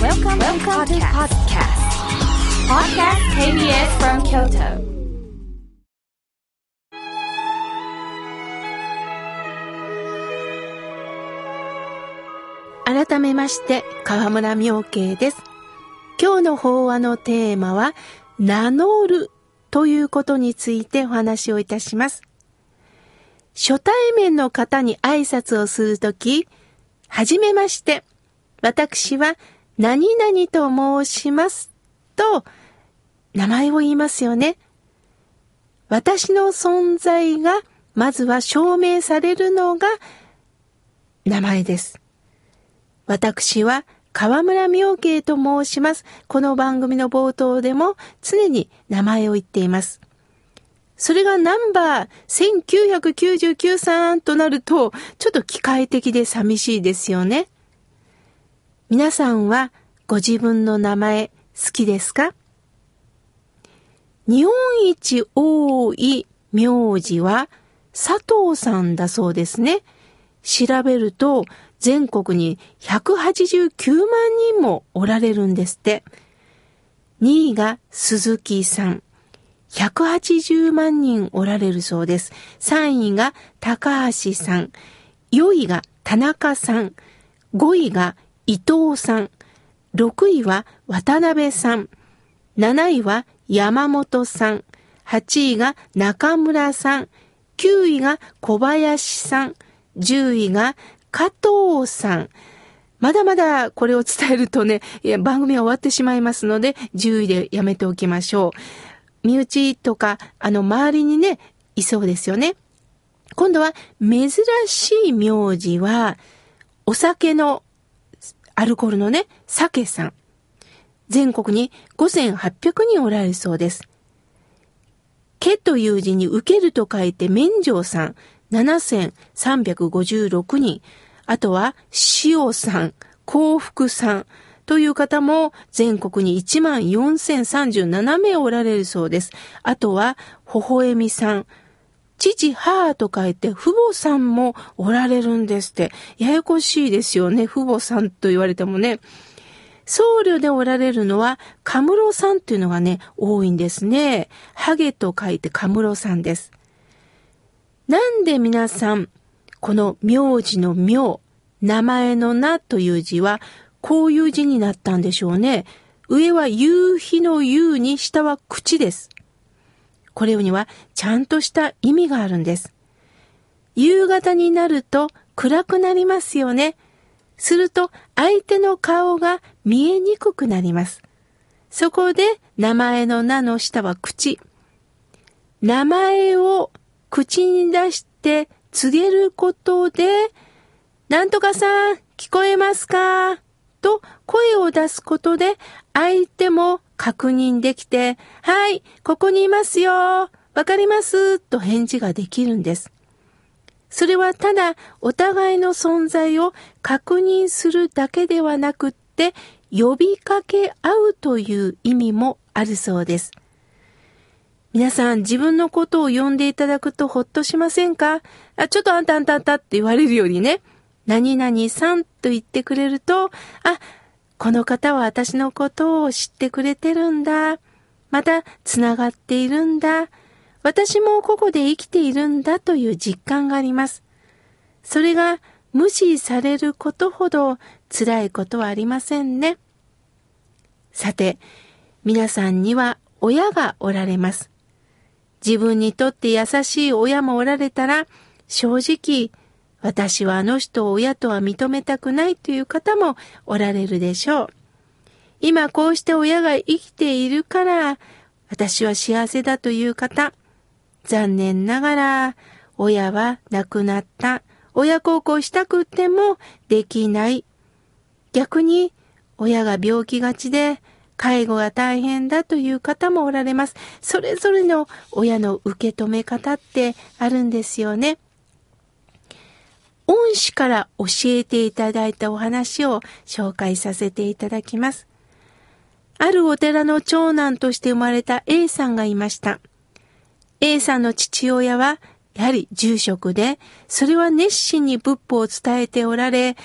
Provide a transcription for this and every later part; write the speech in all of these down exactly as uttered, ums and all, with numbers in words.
Welcome, Welcome to podcast. Podcast ケービーエス from Kyoto. 改めまして川村明慶です。今日の法話のテーマは名乗るということについてお話をいたします。初対面の方に挨拶をするとき、はじめまして、私は何々と申しますと名前を言いますよね。私の存在がまずは証明されるのが名前です。私は川村明慶と申します。この番組の冒頭でも常に名前を言っています。それがナンバーせんきゅうひゃくきゅうじゅうきゅうさんとなるとちょっと機械的で寂しいですよね。皆さんはご自分の名前好きですか？日本一多い名字は佐藤さんだそうですね。調べると全国にひゃくはちじゅうきゅうまんにんもおられるんですって。にいが鈴木さん。ひゃくはちじゅうまんにんおられるそうです。さんいが高橋さん。よんいが田中さん。ごいが伊藤さん。ろくいは渡辺さん。なないは山本さん。はちいが中村さん。きゅういが小林さん。じゅういが加藤さん。まだまだこれを伝えるとね、いや番組が終わってしまいますので、じゅういでやめておきましょう。身内とか、あの、周りにね、いそうですよね。今度は、珍しい名字は、お酒の、アルコールのね、酒さん。全国にごせんはっぴゃくにんおられるそうです。けという字に受けると書いて、免定さん。ななせんさんびゃくごじゅうろくにん。あとは、塩さん、幸福さんという方も全国にいちまんよんせんさんじゅうななめいおられるそうです。あとは、ほほえみさん、父、母と書いて、父母さんもおられるんですって。ややこしいですよね。父母さんと言われてもね。僧侶でおられるのは、カムロさんというのがね、多いんですね。ハゲと書いてカムロさんです。なんで皆さん、この名字の名、名前の名という字は、こういう字になったんでしょうね。上は夕日の夕に、下は口です。これにはちゃんとした意味があるんです。夕方になると暗くなりますよね。すると相手の顔が見えにくくなります。そこで名前の名の下は口。名前を口に出して告げることで、なんとかさん聞こえますかと声を出すことで相手も確認できて、はい、ここにいますよ。わかりますと返事ができるんです。それはただお互いの存在を確認するだけではなくって、呼びかけ合うという意味もあるそうです。皆さん自分のことを呼んでいただくとほっとしませんか？あ、ちょっとあんたあんたあんたって言われるよりね、何々さんと言ってくれると、あ、この方は私のことを知ってくれてるんだ。またつながっているんだ。私もここで生きているんだという実感があります。それが無視されることほど辛いことはありませんね。さて、皆さんには親がおられます。自分にとって優しい親もおられたら、正直、私はあの人を親とは認めたくないという方もおられるでしょう。今こうして親が生きているから、私は幸せだという方、残念ながら、親は亡くなった。親孝行したくってもできない。逆に、親が病気がちで、介護が大変だという方もおられます。それぞれの親の受け止め方ってあるんですよね。恩師から教えていただいたお話を紹介させていただきます。あるお寺の長男として生まれた A さんがいました。A さんの父親はやはり住職で、それは熱心に仏法を伝えておられ、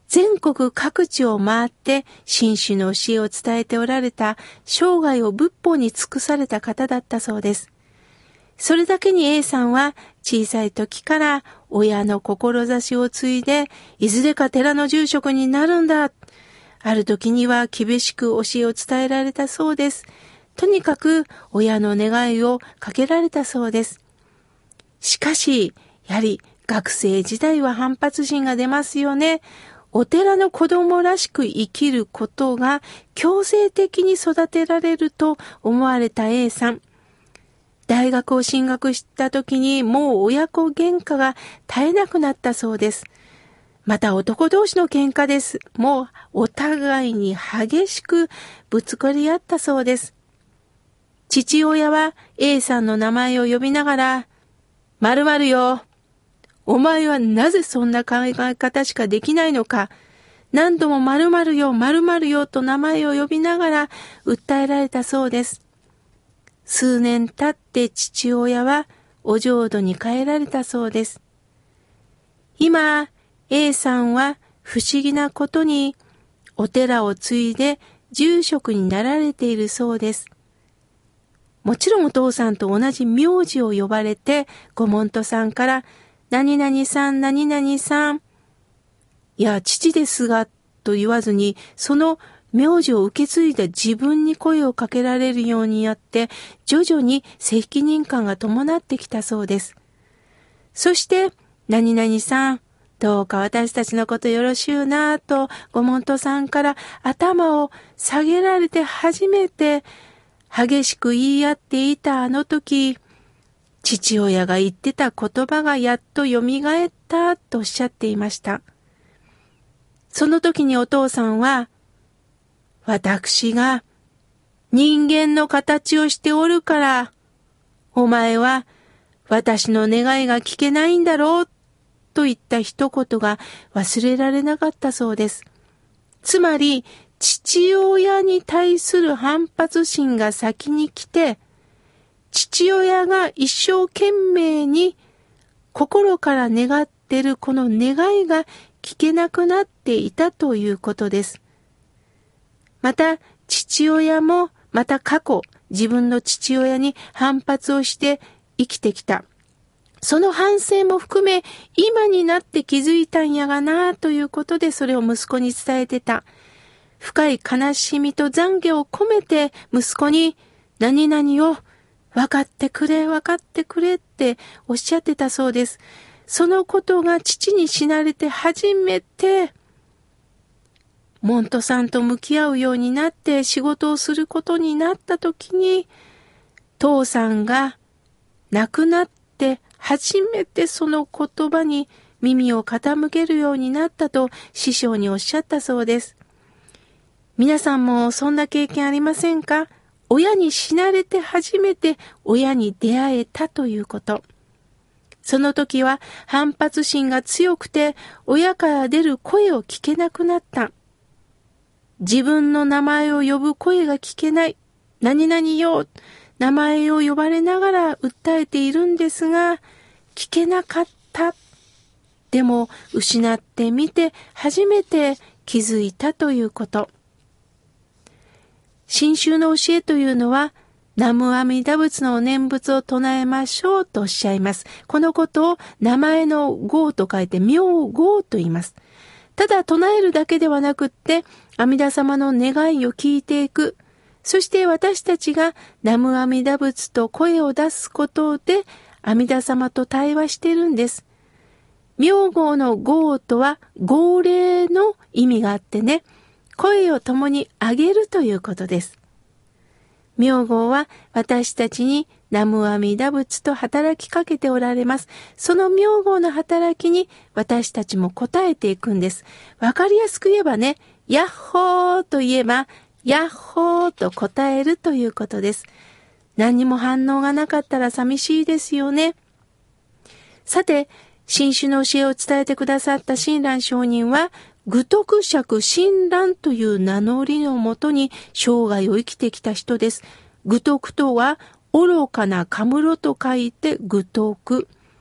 全国各地を回って新種の教えを伝えておられた生涯を仏法に尽くされた方だったそうです。それだけに A さんは小さい時から親の志を継いで、いずれか寺の住職になるんだ。ある時には厳しく教えを伝えられたそうです。とにかく親の願いをかけられたそうです。しかし、やはり学生時代は反発心が出ますよね。お寺の子供らしく生きることが強制的に育てられると思われた A さん。大学を進学した時にもう親子喧嘩が絶えなくなったそうです。また男同士の喧嘩です。もうお互いに激しくぶつかり合ったそうです。父親は A さんの名前を呼びながら、〇〇よ。お前はなぜそんな考え方しかできないのか。何度も〇〇よ、〇〇よと名前を呼びながら訴えられたそうです。数年経って父親はお浄土に帰られたそうです。今、A さんは不思議なことにお寺を継いで住職になられているそうです。もちろんお父さんと同じ名字を呼ばれて、ご門徒さんから何々さん、何々さん、いや、父ですが、と言わずに、その名字を受け継いで自分に声をかけられるようになって、徐々に責任感が伴ってきたそうです。そして、何々さん、どうか私たちのことよろしゅうな、と、ご門徒さんから頭を下げられて初めて、激しく言い合っていたあの時、父親が言ってた言葉がやっと蘇ったとおっしゃっていました。その時にお父さんは、私が人間の形をしておるから、お前は私の願いが聞けないんだろうと言った一言が忘れられなかったそうです。つまり、父親に対する反発心が先に来て、父親が一生懸命に心から願っているこの願いが聞けなくなっていたということです。また父親もまた過去自分の父親に反発をして生きてきた。その反省も含め今になって気づいたんやがなということでそれを息子に伝えてた。深い悲しみと懺悔を込めて息子に何々を分かってくれ分かってくれっておっしゃってたそうです。そのことが父に死なれて初めて門徒さんと向き合うようになって仕事をすることになった時に父さんが亡くなって初めてその言葉に耳を傾けるようになったと師匠におっしゃったそうです。皆さんもそんな経験ありませんか？親に死なれて初めて親に出会えたということ。その時は反発心が強くて親から出る声を聞けなくなった。自分の名前を呼ぶ声が聞けない。何々よ、名前を呼ばれながら訴えているんですが、聞けなかった。でも失ってみて初めて気づいたということ。真宗の教えというのは、南無阿弥陀仏のお念仏を唱えましょうとおっしゃいます。このことを名前の号と書いて名号と言います。ただ唱えるだけではなくって、阿弥陀様の願いを聞いていく。そして私たちが南無阿弥陀仏と声を出すことで、阿弥陀様と対話しているんです。名号の号とは号令の意味があってね、声を共に上げるということです。名号は私たちに南無阿弥陀仏と働きかけておられます。その名号の働きに私たちも応えていくんです。わかりやすく言えばね、ヤッホーと言えば、ヤッホーと答えるということです。何にも反応がなかったら寂しいですよね。さて、真宗の教えを伝えてくださった親鸞上人は、愚徳釈親鸞という名乗りのもとに生涯を生きてきた人です。愚徳とは愚かなかむろと書いて愚徳。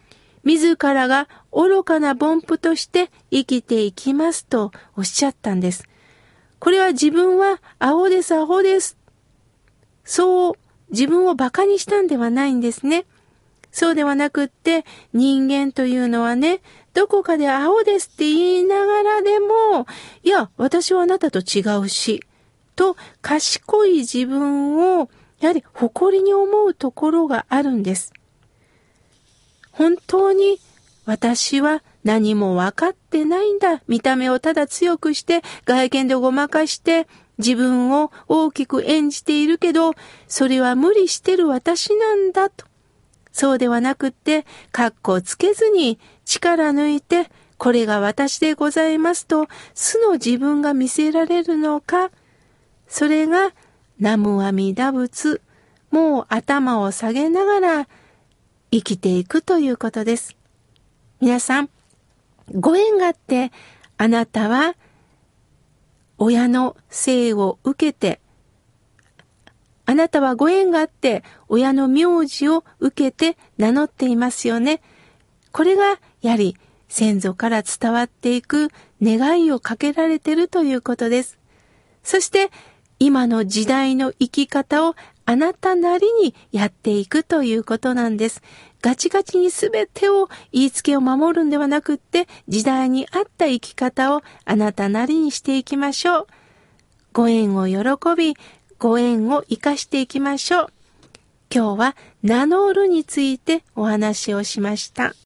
自らが愚かな凡夫として生きていきますとおっしゃったんです。これは自分はアホです、アホです。そう自分を馬鹿にしたんではないんですね。そうではなくって、人間というのはね、どこかでアホですって言いながらでも、いや、私はあなたと違うし、と賢い自分をやはり誇りに思うところがあるんです。本当に私は何も分かってないんだ。見た目をただ強くして、外見でごまかして、自分を大きく演じているけど、それは無理してる私なんだと。そうではなくって、かっこをつけずに力抜いて、これが私でございますと、素の自分が見せられるのか。それが、南無阿弥陀仏。もう頭を下げながら生きていくということです。皆さん、ご縁があって、あなたは親の生を受けて、あなたはご縁があって親の名字を受けて名乗っていますよね。これがやはり先祖から伝わっていく願いをかけられているということです。そして今の時代の生き方をあなたなりにやっていくということなんです。ガチガチにすべてを言いつけを守るんではなくって、時代に合った生き方をあなたなりにしていきましょう。ご縁を喜び、ご縁を生かしていきましょう。今日は名乗るについてお話をしました。